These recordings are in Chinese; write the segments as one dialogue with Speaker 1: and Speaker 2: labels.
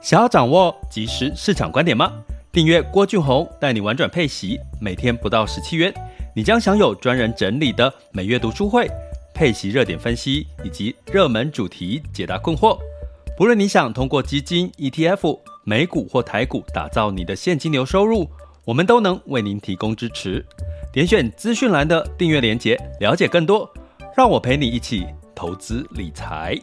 Speaker 1: 想要掌握即时市场观点吗？订阅郭俊宏带你玩转配息，每天不到17元，你将享有专人整理的每月读书会、配息热点分析以及热门主题解答困惑。不论你想通过基金、ETF、美股或台股打造你的现金流收入，我们都能为您提供支持。点选资讯栏的订阅连结，了解更多。让我陪你一起投资理财。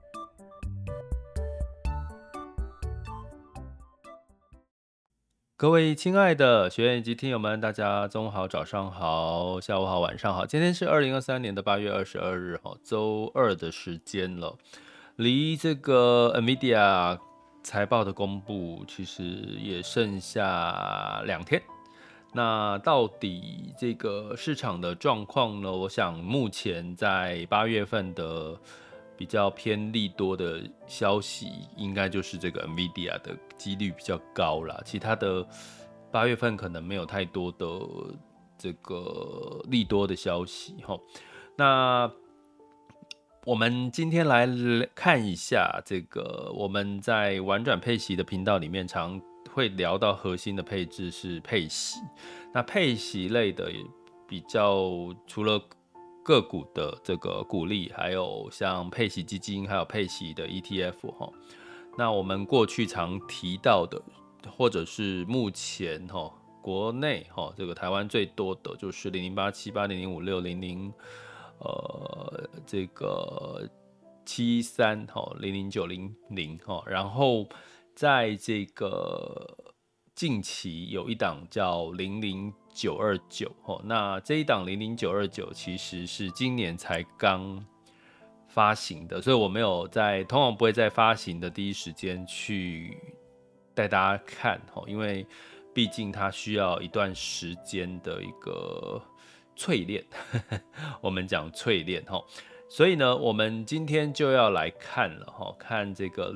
Speaker 1: 各位亲爱的学员以及听友们，大家中午好、早上好、下午好、晚上好。今天是2023年8月22日，周二的时间了。离这个 NVIDIA 财报的公布其实也剩下2天。那到底这个市场的状况呢？我想目前在8月份的比较偏利多的消息，应该就是这个 NVIDIA 的几率比较高啦。其他的8月份可能没有太多的这个利多的消息。那我们今天来看一下这个我们在玩转配息的频道里面常会聊到核心的配置是配息。那配息类的也比较除了个股的这个股利，还有像配息基金，还有配息的 ETF。那我们过去常提到的，或者是目前国内这个台湾最多的就是00878、0056、这个73、00900。然后在这个近期有一档叫00929，那这一档00929其实是今年才刚发行的，所以我没有通常不会在发行的第一时间去带大家看，因为毕竟它需要一段时间的一个淬炼我们讲淬炼，所以呢我们今天就要来看了，看这个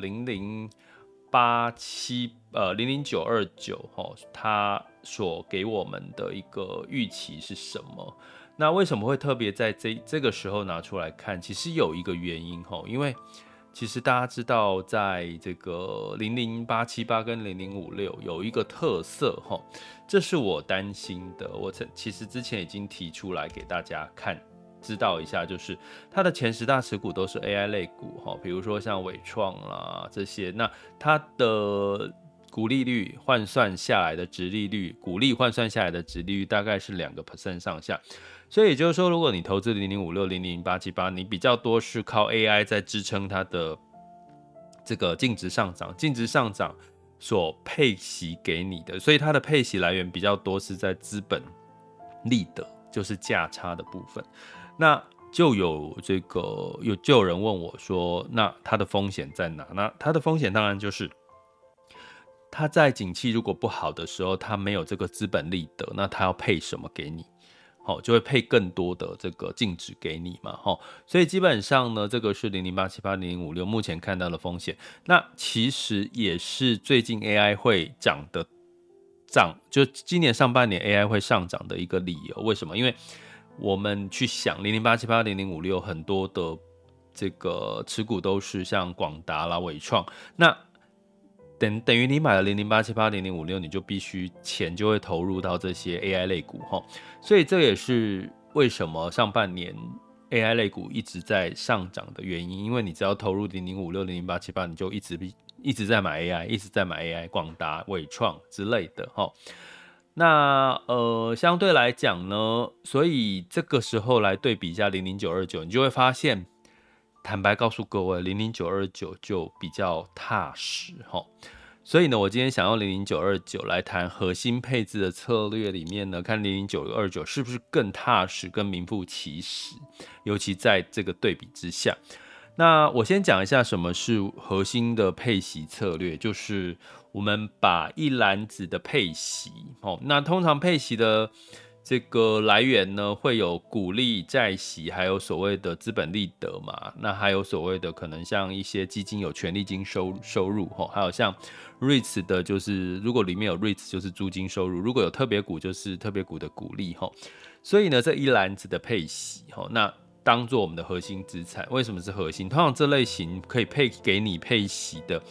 Speaker 1: 00929，它所给我们的一个预期是什么？那为什么会特别在这个时候拿出来看？其实有一个原因，因为其实大家知道，在这个00878跟0056有一个特色，这是我担心的。我其实之前已经提出来给大家看。知道一下，就是它的前10大持股都是 AI 类股，比如说像伟创啦这些，那它的股利率换算下来的殖利率，股利换算下来的殖利率大概是2% 上下，所以也就是说，如果你投资0056、00878，你比较多是靠 AI 在支撑它的这个净值上涨，净值上涨所配息给你的，所以它的配息来源比较多是在资本利得，就是价差的部分。那就有人问我说，那它的风险在哪？那它的风险当然就是它在景气如果不好的时候，它没有这个资本利得，那它要配什么给你？就会配更多的这个净值给你嘛。所以基本上呢，这个是00878、0056目前看到的风险。那其实也是最近 AI 会就今年上半年 AI 会上涨的一个理由。为什么？因为我们去想00878、0056很多的这个持股都是像广达啦、伟创，那等于你买了00878、0056，你就必须钱就会投入到这些 AI 类股，所以这也是为什么上半年 AI 类股一直在上涨的原因。因为你只要投入0056、00878，你就一直在买 AI， 一直在买 AI， 广达、伟创之类的。那相对来讲呢，所以这个时候来对比一下00929，你就会发现，坦白告诉各位，00929就比较踏实。所以呢，我今天想用00929来谈核心配置的策略里面呢，看00929是不是更踏实、更名副其实，尤其在这个对比之下。那我先讲一下什么是核心的配息策略，就是我们把一篮子的配息，那通常配息的这个来源呢，会有股利、债息，还有所谓的资本利得嘛，那还有所谓的可能像一些基金有权利金收入，还有像 REITs 的，就是如果里面有 REITs 就是租金收入，如果有特别股就是特别股的股利。所以呢，这一篮子的配息，那当做我们的核心资产。为什么是核心？通常这类型可以配给你配息的，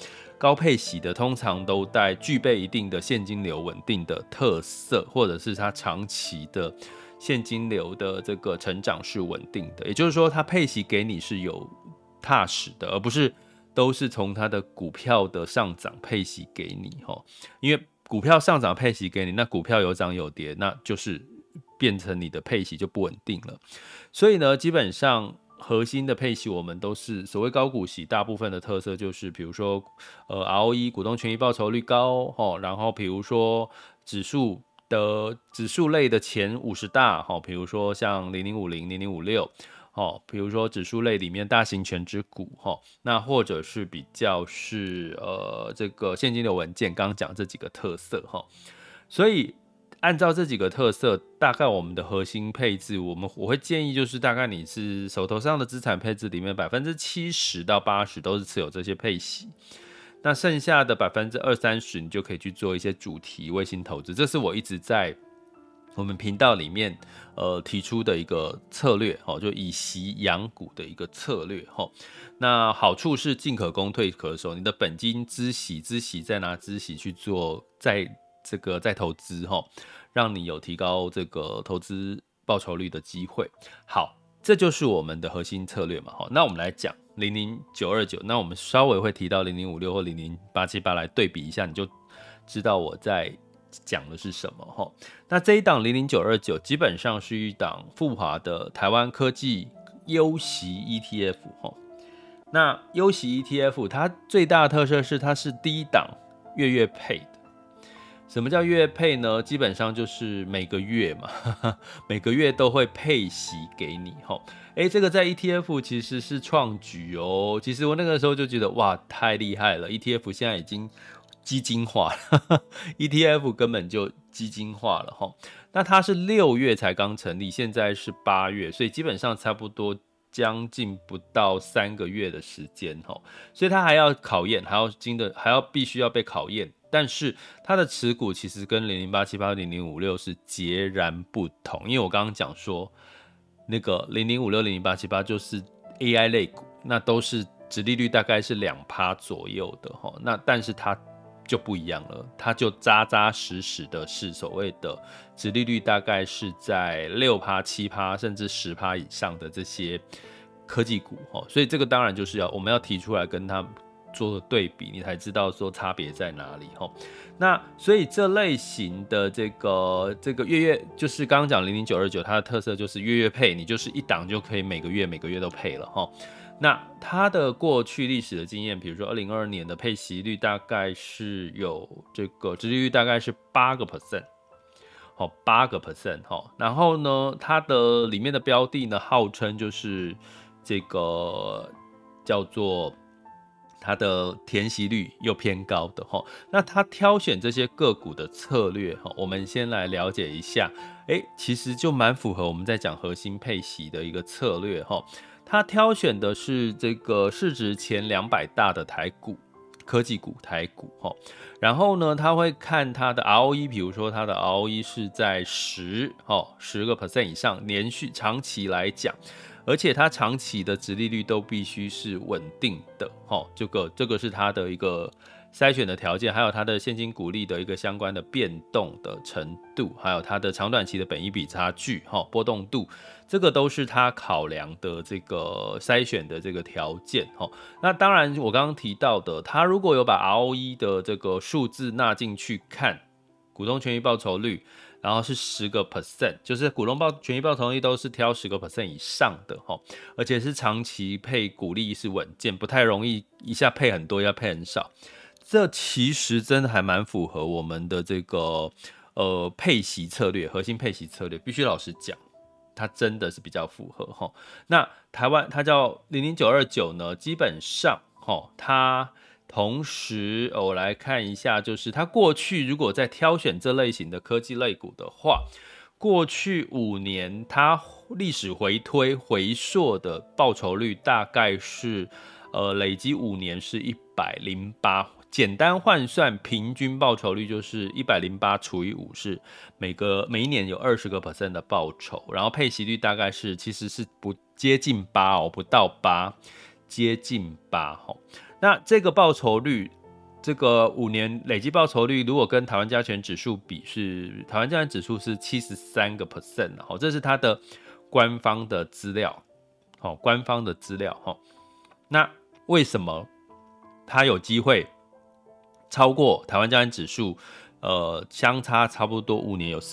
Speaker 1: 高配息的通常都具备一定的现金流稳定的特色，或者是它长期的现金流的这个成长是稳定的，也就是说它配息给你是有踏实的，而不是都是从它的股票的上涨配息给你。因为股票上涨配息给你，那股票有涨有跌，那就是变成你的配息就不稳定了。所以呢，基本上核心的配息我们都是所谓高股息，大部分的特色就是比如说ROE 股东权益报酬率高，然后比如说指数类的前50大，比如说像0050、0056，比如说指数类里面大型权值股，那或者是比较是这个现金流稳健，刚刚讲这几个特色，所以按照这几个特色，大概我们的核心配置，我会建议就是大概你是手头上的资产配置里面70%到80%都是持有这些配息，那剩下的20-30%你就可以去做一些主题卫星投资，这是我一直在我们频道里面提出的一个策略，就以息养股的一个策略。那好处是进可攻退可守，你的本金孳息再拿孳息去做再投资，让你有提高这个投资报酬率的机会。好，这就是我们的核心策略嘛。那我们来讲00929，那我们稍微会提到0056或00878来对比一下，你就知道我在讲的是什么。那这一档00929基本上是一档复华的台湾科技优息 ETF。那优息 ETF 它最大的特色是它是第一档月配的。什么叫月配呢？基本上就是每个月嘛，每个月都会配息给你。这个在 ETF 其实是创举哦。其实我那个时候就觉得哇，太厉害了 ，ETF 现在已经基金化了ETF 根本就基金化了。那它是6月才刚成立，现在是8月，所以基本上差不多将近不到3个月的时间，所以它还要考验，必须要被考验。但是它的持股其实跟00878、0056是截然不同，因为我刚刚讲说，那个0056、000878就是 AI 类股，那都是殖利率大概是2%左右的，那但是它就不一样了，它就扎扎实实的是所谓的殖利率大概是在6%、7%甚至10%以上的这些科技股，所以这个当然就是我们要提出来跟它做的对比，你才知道说差别在哪里。那所以这类型的这个月就是刚刚讲00929，它的特色就是月配，你就是一档就可以每个月都配了。那它的过去历史的经验，比如说2022年的配息率大概是有这个殖利率大概是8%。8%，然后呢，它的里面的标的呢，号称就是这个叫做它的填息率又偏高的。那它挑选这些个股的策略，我们先来了解一下。其实就蛮符合我们在讲核心配息的一个策略。它挑选的是这个市值前200大的科技股台股。然后呢，他会看它的 ROE， 比如说它的 ROE 是在10% 以上，连续长期来讲，而且它长期的殖利率都必须是稳定的。这个是它的一个筛选的条件，还有它的现金股利的一个相关的变动的程度，还有它的长短期的本益比差距、波动度，这个都是它考量的这个筛选的这个条件。那当然我刚刚提到的，它如果有把 ROE 的这个数字纳进去看，股东权益报酬率，然后是10%，就是股东权益报酬率都是挑10% 以上的，而且是长期配股利是稳健，不太容易一下配很多，一下配很少。这其实真的还蛮符合我们的这个配息策略，核心配息策略，必须老实讲，它真的是比较符合。那台湾它叫00929呢，基本上它同时我来看一下，就是它过去如果在挑选这类型的科技类股的话，过去5年它历史回溯的报酬率大概是累积5年是108%，简单换算平均报酬率就是108除以5，是每一年有20% 的报酬，然后配息率大概是其实是不接近8不到8，接近8。那这个报酬率这个5年累计报酬率，如果跟台湾加权指数比，是台湾加权指数是73%，这是它的官方的资料，官方的资料。那为什么它有机会超过台湾加权指数？相差差不多5年有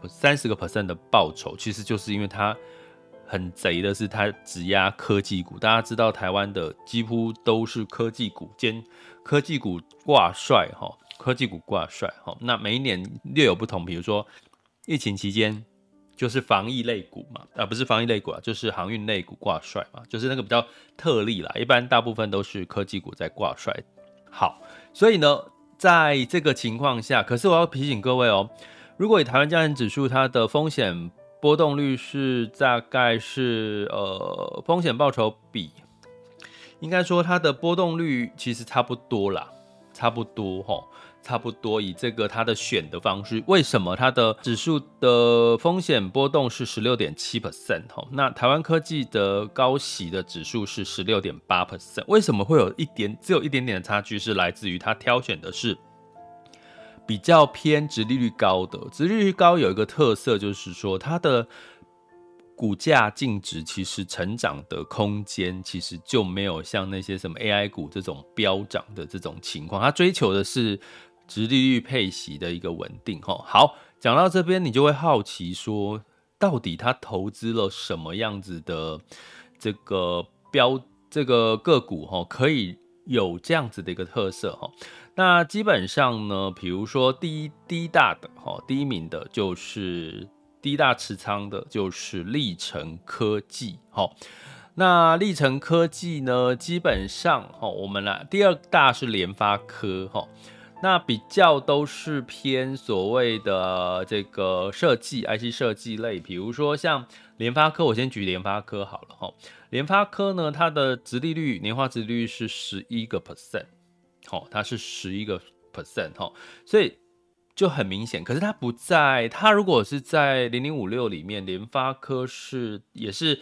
Speaker 1: 30% 的报酬，其实就是因为它很贼的是，它只押科技股。大家知道台湾的几乎都是科技股科技股挂帅科技股挂帅那每一年略有不同，比如说疫情期间就是防疫类股嘛，不是防疫类股啊，就是航运类股挂帅嘛，就是那个比较特例啦。一般大部分都是科技股在挂帅。好，所以呢，在这个情况下，可是我要提醒各位如果以台湾加权指数，它的风险波动率是大概是风险报酬比，应该说它的波动率其实差不多啦，差不多以这个它的选的方式，为什么它的指数的风险波动是 16.7%？ 那台湾科技的高息的指数是 16.8%， 为什么会只有一点点的差距？是来自于它挑选的是比较偏殖利率高的，殖利率高有一个特色，就是说它的股价净值其实成长的空间其实就没有像那些什么 AI 股这种飙涨的这种情况，它追求的是殖利率配息的一个稳定。好，讲到这边你就会好奇说，到底它投资了什么样子的这个个股可以有这样子的一个特色。那基本上呢，比如说第一名的就是第一大持仓的就是力成科技。那力成科技呢，基本上我们来第二大是联发科。那比较都是偏所谓的这个IC 设计类，比如说像联发科，我先举联发科好了。联发科呢，它的年化殖利率是 11%，它是 11%，所以就很明显。可是它如果是在0056里面，联发科也是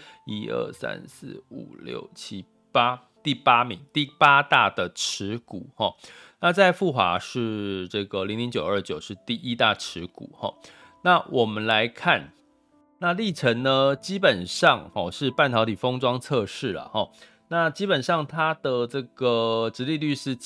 Speaker 1: 1、2、3、4、5、6、7、8第8名，第8大的持股。那在富华是这个00929是第1大持股。那我们来看，那力成呢，基本上是半导体封装测试啦。那基本上它的这个殖利率是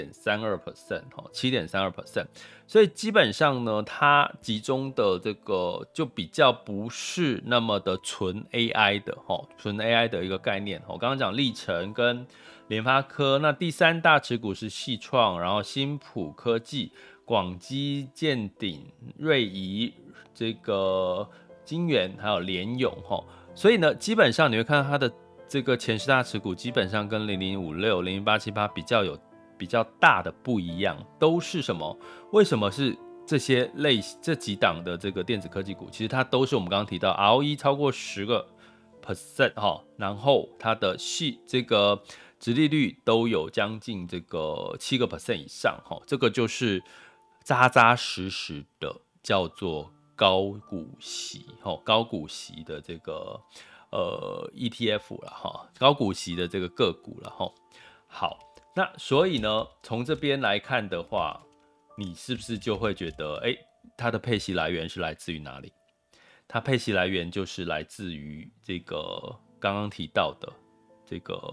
Speaker 1: 7.32%，所以基本上呢，它集中的这个就比较不是那么的纯 AI 的一个概念。我刚刚讲力成跟联发科，那第3大持股是矽创，然后新普科技、广基、健鼎、瑞仪、这个晶圆还有联咏。所以呢，基本上你会看到它的这个前10大持股基本上跟0056、00878比较大的不一样，都是什么？为什么是这几档的这个电子科技股？其实它都是我们刚刚提到 ROE 超过10%，然后它的这个殖利率都有将近这个7% 以上，这个就是扎扎实实的叫做高股息的这个ETF 啦，高股息的这个个股啦。好，那所以呢，从这边来看的话，你是不是就会觉得，它的配息来源是来自于哪里？它配息来源就是来自于这个刚刚提到的这个，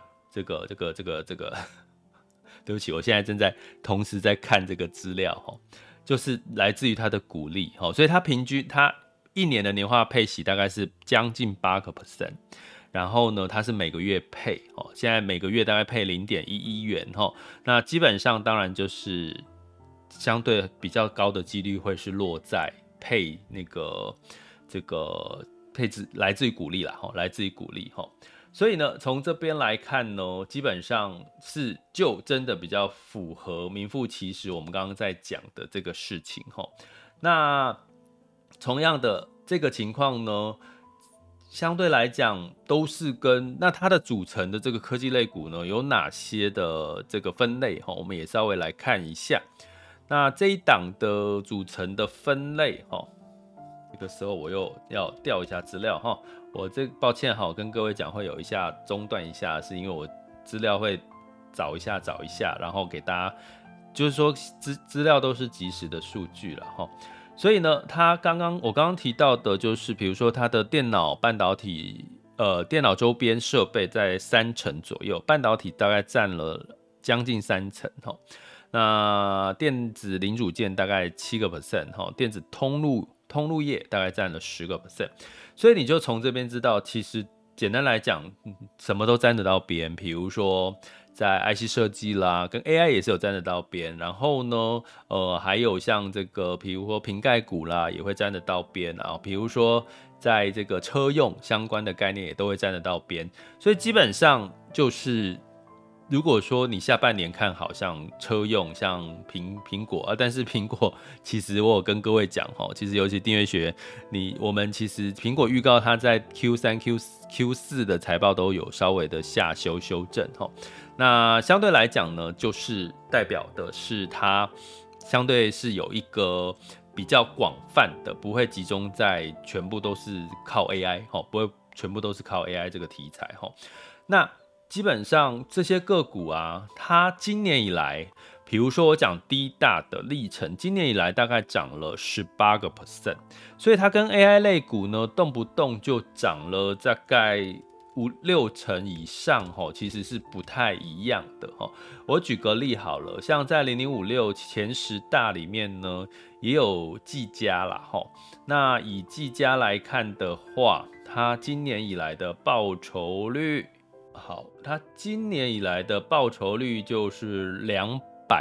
Speaker 1: 对不起，我现在正在同时在看这个资料，就是来自于它的股利，所以它平均它1年的年化配息大概是将近8%，然后呢，它是每个月配，现在每个月大概配0.11元，那基本上当然就是相对比较高的几率会是落在配那个这个配置来自于股利啦，来自于股利。所以呢，从这边来看呢，基本上是就真的比较符合名副其实我们刚刚在讲的这个事情。那同样的这个情况呢，相对来讲都是那它的组成的这个科技类股呢，有哪些的这个分类，我们也稍微来看一下。那这一档的组成的分类，这个时候我又要调一下资料，我抱歉，跟各位讲会有一下中断一下，是因为我资料会找一下，然后给大家就是说资料都是即时的数据了哈。所以呢，我刚刚提到的就是，比如说它的电脑半导体，电脑周边设备在30%左右，半导体大概占了将近30%哈。那电子零组件大概7%哈，电子通路业大概占了10%，所以你就从这边知道，其实简单来讲，什么都沾得到边，比如说。在 IC 设计啦，跟 AI 也是有沾得到边，然后呢，还有像这个，比如说瓶盖股啦，也会沾得到边啊，比如说在这个车用相关的概念也都会沾得到边，所以基本上就是，如果说你下半年看好像车用，像苹果啊，但是苹果其实我有跟各位讲哈，其实尤其订阅学，我们其实苹果预告它在 Q3、Q4 的财报都有稍微的下修正哈。那相对来讲呢，就是代表的是它相对是有一个比较广泛的，不会集中在全部都是靠 AI 不会全部都是靠 AI 这个题材那基本上这些个股啊，它今年以来，比如说我讲低大的历程，今年以来大概涨了18%，所以它跟 AI 类股呢，动不动就涨了大概5-6成以上其实是不太一样的我举个例好了，像在0056前10大里面呢，也有技嘉啦那以技嘉来看的话，它今年以来的报酬率，它今年以来的报酬率就是200%，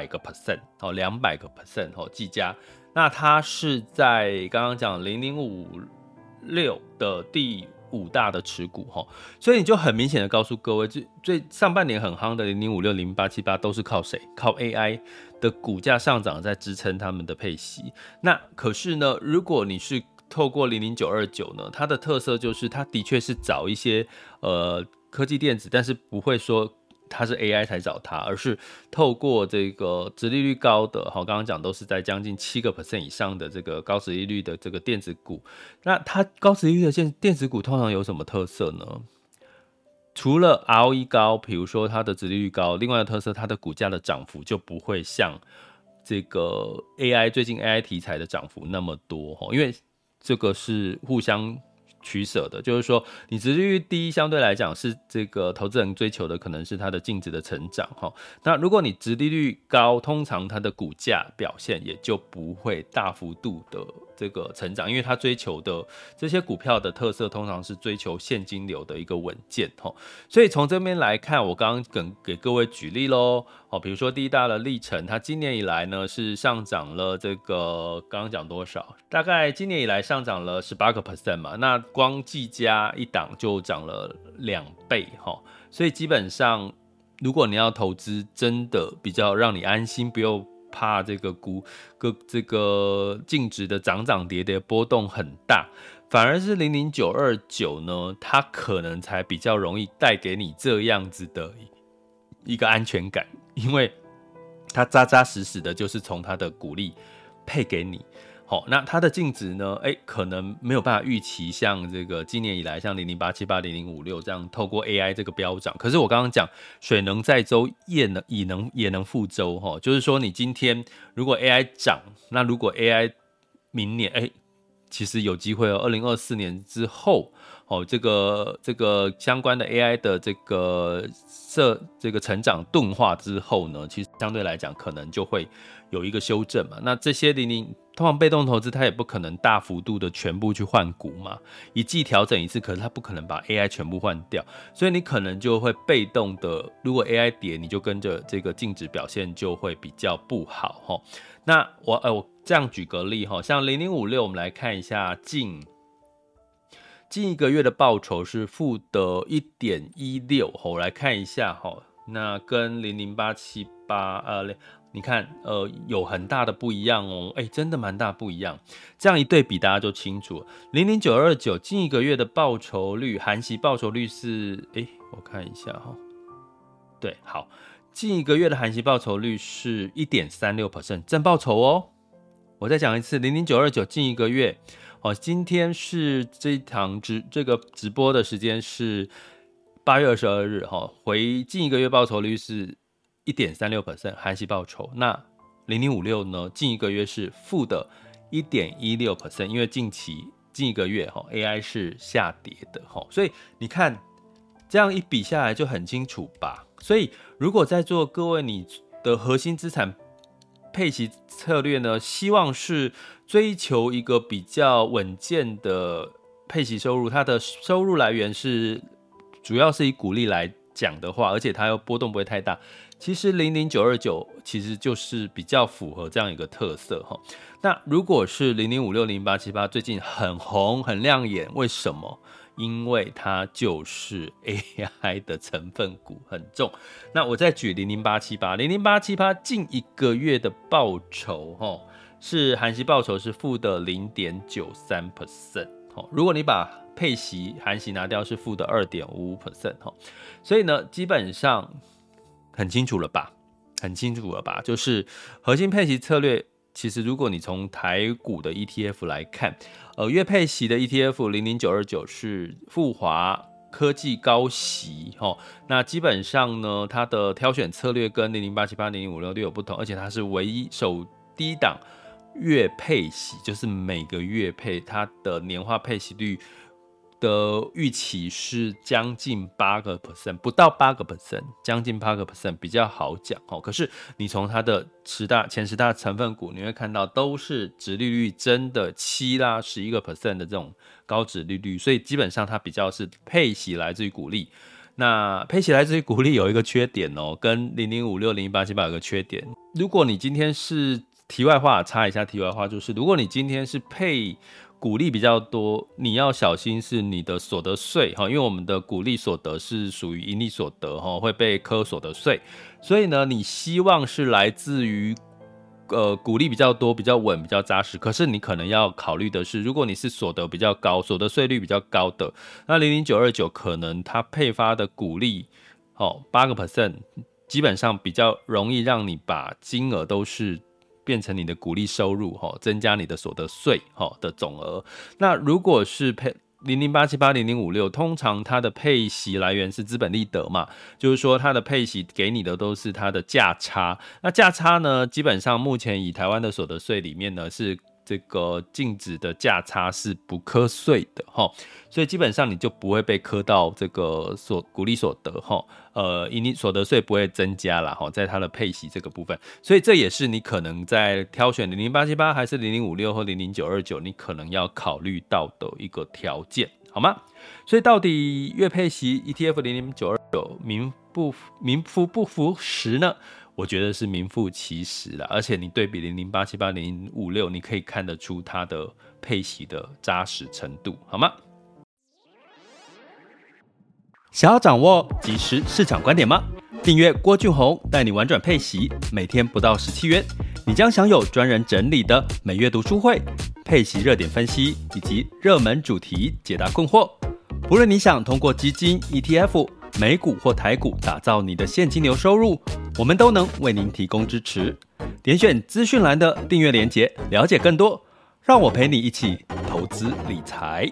Speaker 1: 200%技嘉，那它是在刚刚讲0056的第5大的持股所以你就很明显的告诉各位，最上半年很夯的0056、0878都是靠谁？靠 AI 的股价上涨在支撑他们的配息。那可是呢，如果你是透过00929呢，它的特色就是它的确是找一些科技电子，但是不会说它是 AI 才找它，而是透过这个殖利率高的，刚刚讲都是在将近7% 以上的这个高殖利率的这个电子股。那它高殖利率的电子股通常有什么特色呢？除了 ROE 高，比如说它的殖利率高，另外的特色，它的股价的涨幅就不会像这个最近 AI 题材的涨幅那么多，因为这个是互相取舍的，就是说你殖利率低，相对来讲是这个投资人追求的可能是它的净值的成长那如果你殖利率高，通常它的股价表现也就不会大幅度的这个成长，因为它追求的这些股票的特色通常是追求现金流的一个稳健所以从这边来看，我刚刚给各位举例咯比如说第一大的历程，它今年以来呢是上涨了这个刚刚讲多少？大概今年以来上涨了18% 嘛，那光技嘉一档就涨了2倍所以基本上如果你要投资，真的比较让你安心，不用怕这个这个净值的涨跌波动很大，反而是00929呢，它可能才比较容易带给你这样子的一个安全感，因为它扎扎实实的就是从它的股利配给你那它的净值呢可能没有办法预期像这个今年以来像00878、0056这样透过 AI 这个飙涨，可是我刚刚讲水能载舟也能覆舟就是说你今天如果 AI 涨，那如果 AI 明年其实有机会2024年之后这个相关的 AI 的这个成长钝化之后呢，其实相对来讲可能就会有一个修正嘛。那这些通常被动投资它也不可能大幅度的全部去换股嘛，一季调整一次，可是它不可能把 AI 全部换掉，所以你可能就会被动的，如果 AI 跌，你就跟着这个净值表现就会比较不好那我这样举个例像0056，我们来看一下近1个月的报酬是负的 1.16， 我来看一下那跟00878你看有很大的不一样真的蛮大不一样，这样一对比大家就清楚了。00929近1个月的报酬率，含息报酬率是我看一下对，好，近1个月的含息报酬率是 1.36%， 正报酬我再讲一次，00929近1个月今天是这个直播的时间是8月22日回近1个月报酬率是 1.36% 含息报酬，那 0056呢，近一个月是负的 1.16%， 因为近一个月 AI 是下跌的，所以你看这样一比下来就很清楚吧。所以如果在座各位你的核心资产配息策略呢，希望是追求一个比较稳健的配息收入，它的收入来源是主要是以股利来讲的话，而且它又波动不会太大，其实00929其实就是比较符合这样一个特色。那如果是0056、0878最近很红很亮眼，为什么？因为它就是 AI 的成分股很重。那我再举00878近一个月的报酬是含息报酬是负的 0.93%， 如果你把配息含息拿掉是负的 2.55%， 所以呢基本上很清楚了吧，就是核心配息策略。其实如果你从台股的 ETF 来看，月配息的 ETF 00929是富华科技高息，那基本上呢它的挑选策略跟00878、00566有不同，而且它是唯一首低档月配息，就是每个月配，它的年化配息率的预期是将近 8%， 不到 8%， 将近 8%， 比较好讲。可是你从它的前10大成分股，你会看到都是殖利率真的7啦 11% 的这种高殖利率，所以基本上它比较是配息来自于股利。那配息来自于股利有一个缺点跟0056、01878有个缺点。如果你今天是题外话，插一下题外话，就是如果你今天是配股利比较多，你要小心是你的所得税，因为我们的股利所得是属于盈利所得，会被课所得税，所以呢，你希望是来自于股利比较多、比较稳、比较扎实。可是你可能要考虑的是，如果你是所得比较高、所得税率比较高的，那00929可能它配发的股利8%，基本上比较容易让你把金额都是变成你的股利收入，增加你的所得税的总额。那如果是配00878、0056，通常它的配息来源是资本利得嘛，就是说它的配息给你的都是它的价差。那价差呢，基本上目前以台湾的所得税里面呢，是这个净值的价差是不课税的，所以基本上你就不会被课到这个股利所得，盈利所得税不会增加啦，在它的配息这个部分。所以这也是你可能在挑选00878还是0056或00929，你可能要考虑到的一个条件，好吗？所以到底月配息 ETF 00929名副不符实呢？我觉得是名副其实啦，而且你对比00878、056，你可以看得出它的配息的扎实程度，好吗？想要掌握即时市场观点吗？订阅郭俊宏带你玩转配息，每天不到17元，你将享有专人整理的每月读书会、配息热点分析以及热门主题解答困惑。不论你想通过基金、ETF、美股或台股打造你的现金流收入，我们都能为您提供支持。点选资讯栏的订阅连结，了解更多。让我陪你一起投资理财。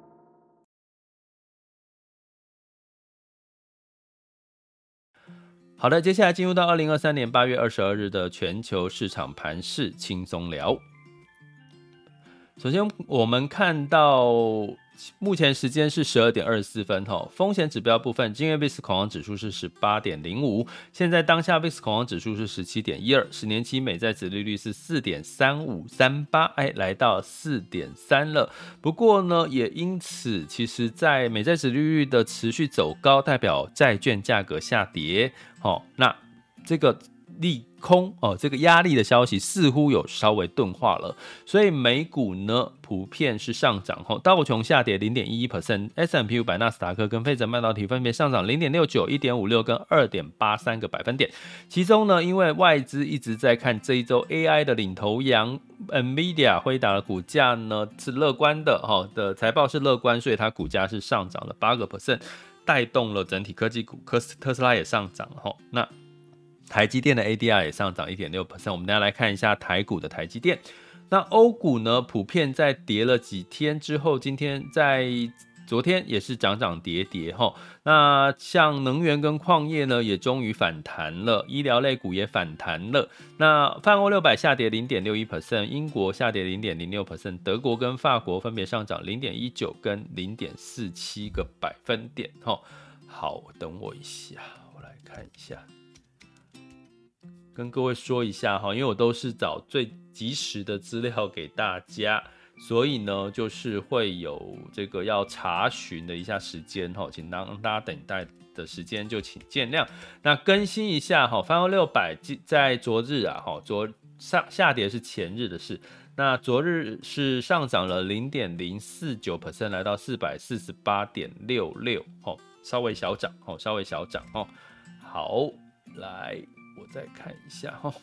Speaker 1: 好的，接下来进入到2023年8月22日的全球市场盘势轻松聊。首先我们看到目前时间是12点24分，风险指标部分，今日 VIX 恐慌指数是 18.05， 现在当下 VIX 恐慌指数是 17.12， 10年期美债殖利率是 4.3538， 来到 4.3 了。不过呢，也因此其实在美债殖利率的持续走高，代表债券价格下跌，那这个利空这个压力的消息似乎有稍微钝化了，所以美股呢普遍是上涨，道琼下跌 0.11%， S&P 500、纳斯达克跟费城半导体分别上涨 0.69、1.56 跟 2.83 个百分点。其中呢，因为外资一直在看这一周 AI 的领头羊 NVIDIA 辉达的股价呢是乐观的，的财报是乐观，所以它股价是上涨了 8%， 带动了整体科技股，特斯拉也上涨了，那台积电的 ADR 也上涨 1.6%， 我们大家来看一下台股的台积电。那欧股呢普遍在跌了几天之后，今天在昨天也是涨涨跌跌齁。那像能源跟矿业呢，也终于反弹了，医疗类股也反弹了。那泛欧600下跌 0.61%， 英国下跌 0.06%， 德国跟法国分别上涨 0.19 跟 0.47 个百分点齁。好，等我一下，我来看一下。跟各位说一下哈，因为我都是找最及时的资料给大家，所以呢，就是会有这个要查询的一下时间哈，请让大家等待的时间就请见谅。那更新一下哈，泛欧600在昨日啊哈，下跌是前日的事，那昨日是上涨了 0.049%， 来到 448.66 哈，稍微小涨哈，稍微小涨哈。好，来。我再看一下哈，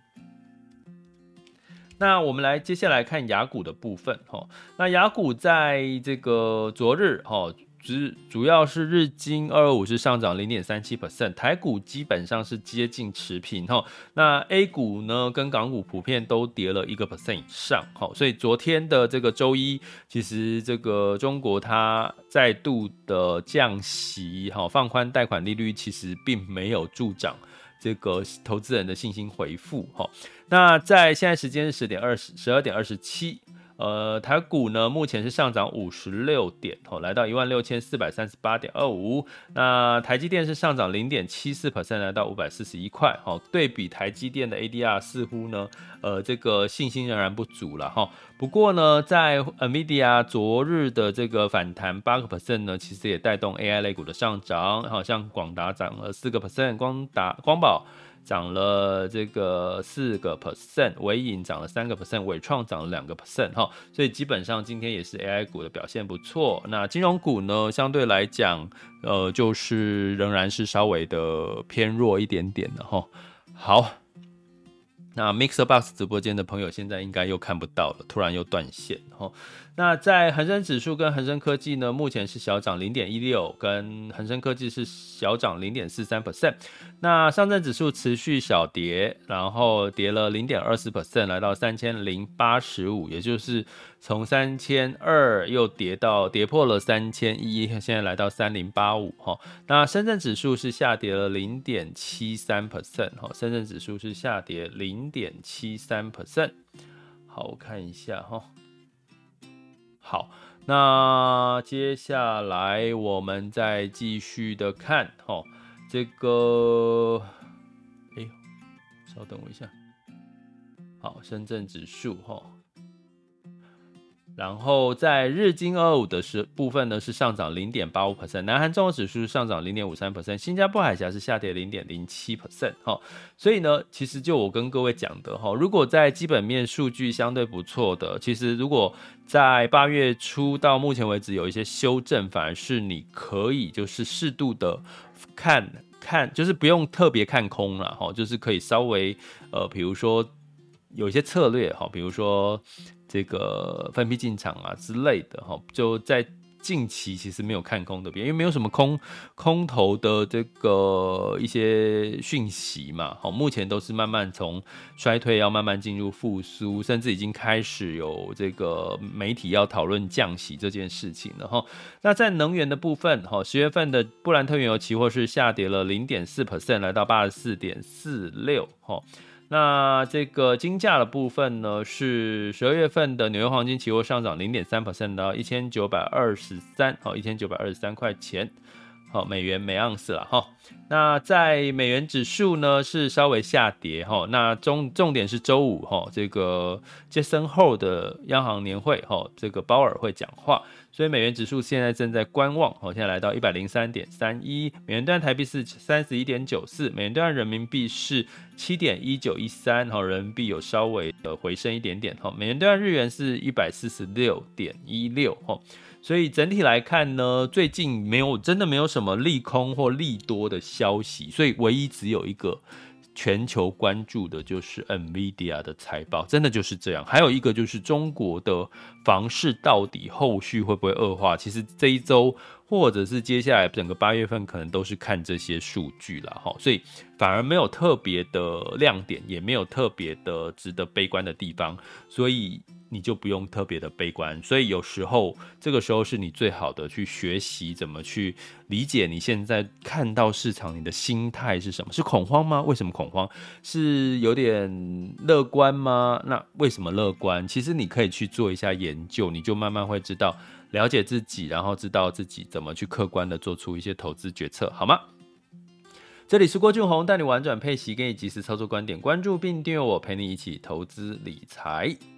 Speaker 1: 那我们来接下来看亚股的部分哈。那亚股在这个昨日哈，主要是日经225是上涨 0.37%， 台股基本上是接近持平哈。那 A 股呢跟港股普遍都跌了1% 以上哈，所以昨天的这个周一，其实这个中国它再度的降息哈，放宽贷款利率，其实并没有助长这个投资人的信心回复哈。那在现在时间是12点27，台股呢目前是上涨56点，来到16438.25。那台积电是上涨 0.74%， 来到541块。对比台积电的 ADR 似乎呢，这个信心仍然不足了哈。不过呢，在 NVIDIA 昨日的这个反弹 8% 呢，其实也带动 AI 类股的上涨，好像广达涨了 4%， 光宝涨了这个 4%， 微影涨了 3%， 伟创涨了 2% 哈，所以基本上今天也是 AI 股的表现不错。那金融股呢，相对来讲，就是仍然是稍微的偏弱一点点的哈。好。那 MixerBox 直播间的朋友现在应该又看不到了，突然又断线齁。那在恒生指数跟恒生科技呢，目前是小涨 0.16， 跟恒生科技是小涨 0.43%。那上证指数持续小跌，然后跌了 0.20%， 来到3085，也就是从3200又跌破了3100，现在来到3085齁。那深圳指数是下跌了 0.73%， 齁，深圳指数是下跌 0.73%。好，我看一下齁。好，那接下来我们再继续的看齁，这个，稍等我一下。好，深圳指数齁。然后在日经225的部分呢是上涨 0.85%， 南韩综合指数上涨 0.53%， 新加坡海峡是下跌 0.07%。所以呢，其实就我跟各位讲的，如果在基本面数据相对不错的，其实如果在8月初到目前为止有一些修正，反而是你可以就是适度的看，就是不用特别看空啦，就是可以稍微比如说有一些策略，比如说这个分批进场啊之类的，就在近期其实没有看空的边，因为没有什么空头的这个一些讯息嘛，目前都是慢慢从衰退要慢慢进入复苏，甚至已经开始有这个媒体要讨论降息这件事情了。那在能源的部分，10月份的布兰特原油期货是下跌了 0.4%， 来到 84.46。那这个金价的部分呢，是12月份的纽约黄金期货上涨 0.3% 到1923块钱，美元每盎司啦。那在美元指数呢是稍微下跌，那重点是周五这个杰森后的央行年会，这个鲍尔会讲话，所以美元指数现在正在观望，现在来到 103.31， 美元兑台币是 31.94， 美元兑人民币是 7.1913， 人民币有稍微的回升一点点，美元兑日元是 146.16。所以整体来看呢，最近真的没有什么利空或利多的消息，所以唯一只有一个全球关注的就是 NVIDIA 的财报，真的就是这样。还有一个就是中国的房市到底后续会不会恶化，其实这一周或者是接下来整个8月份可能都是看这些数据啦，所以反而没有特别的亮点，也没有特别的值得悲观的地方，所以你就不用特别的悲观。所以有时候这个时候是你最好的去学习怎么去理解你现在看到市场你的心态是什么，是恐慌吗？为什么恐慌？是有点乐观吗？那为什么乐观？其实你可以去做一下研究，你就慢慢会知道了解自己，然后知道自己怎么去客观的做出一些投资决策，好吗？这里是郭俊宏，带你玩转配息，给你及时操作观点，关注并订阅我，陪你一起投资理财。